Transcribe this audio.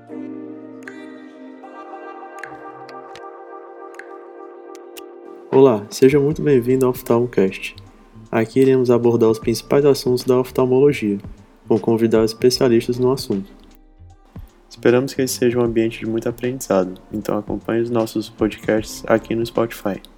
Olá, seja muito bem-vindo ao Oftalmocast. Aqui iremos abordar os principais assuntos da oftalmologia, com convidados especialistas no assunto. Esperamos que esse seja um ambiente de muito aprendizado, então acompanhe os nossos podcasts aqui no Spotify.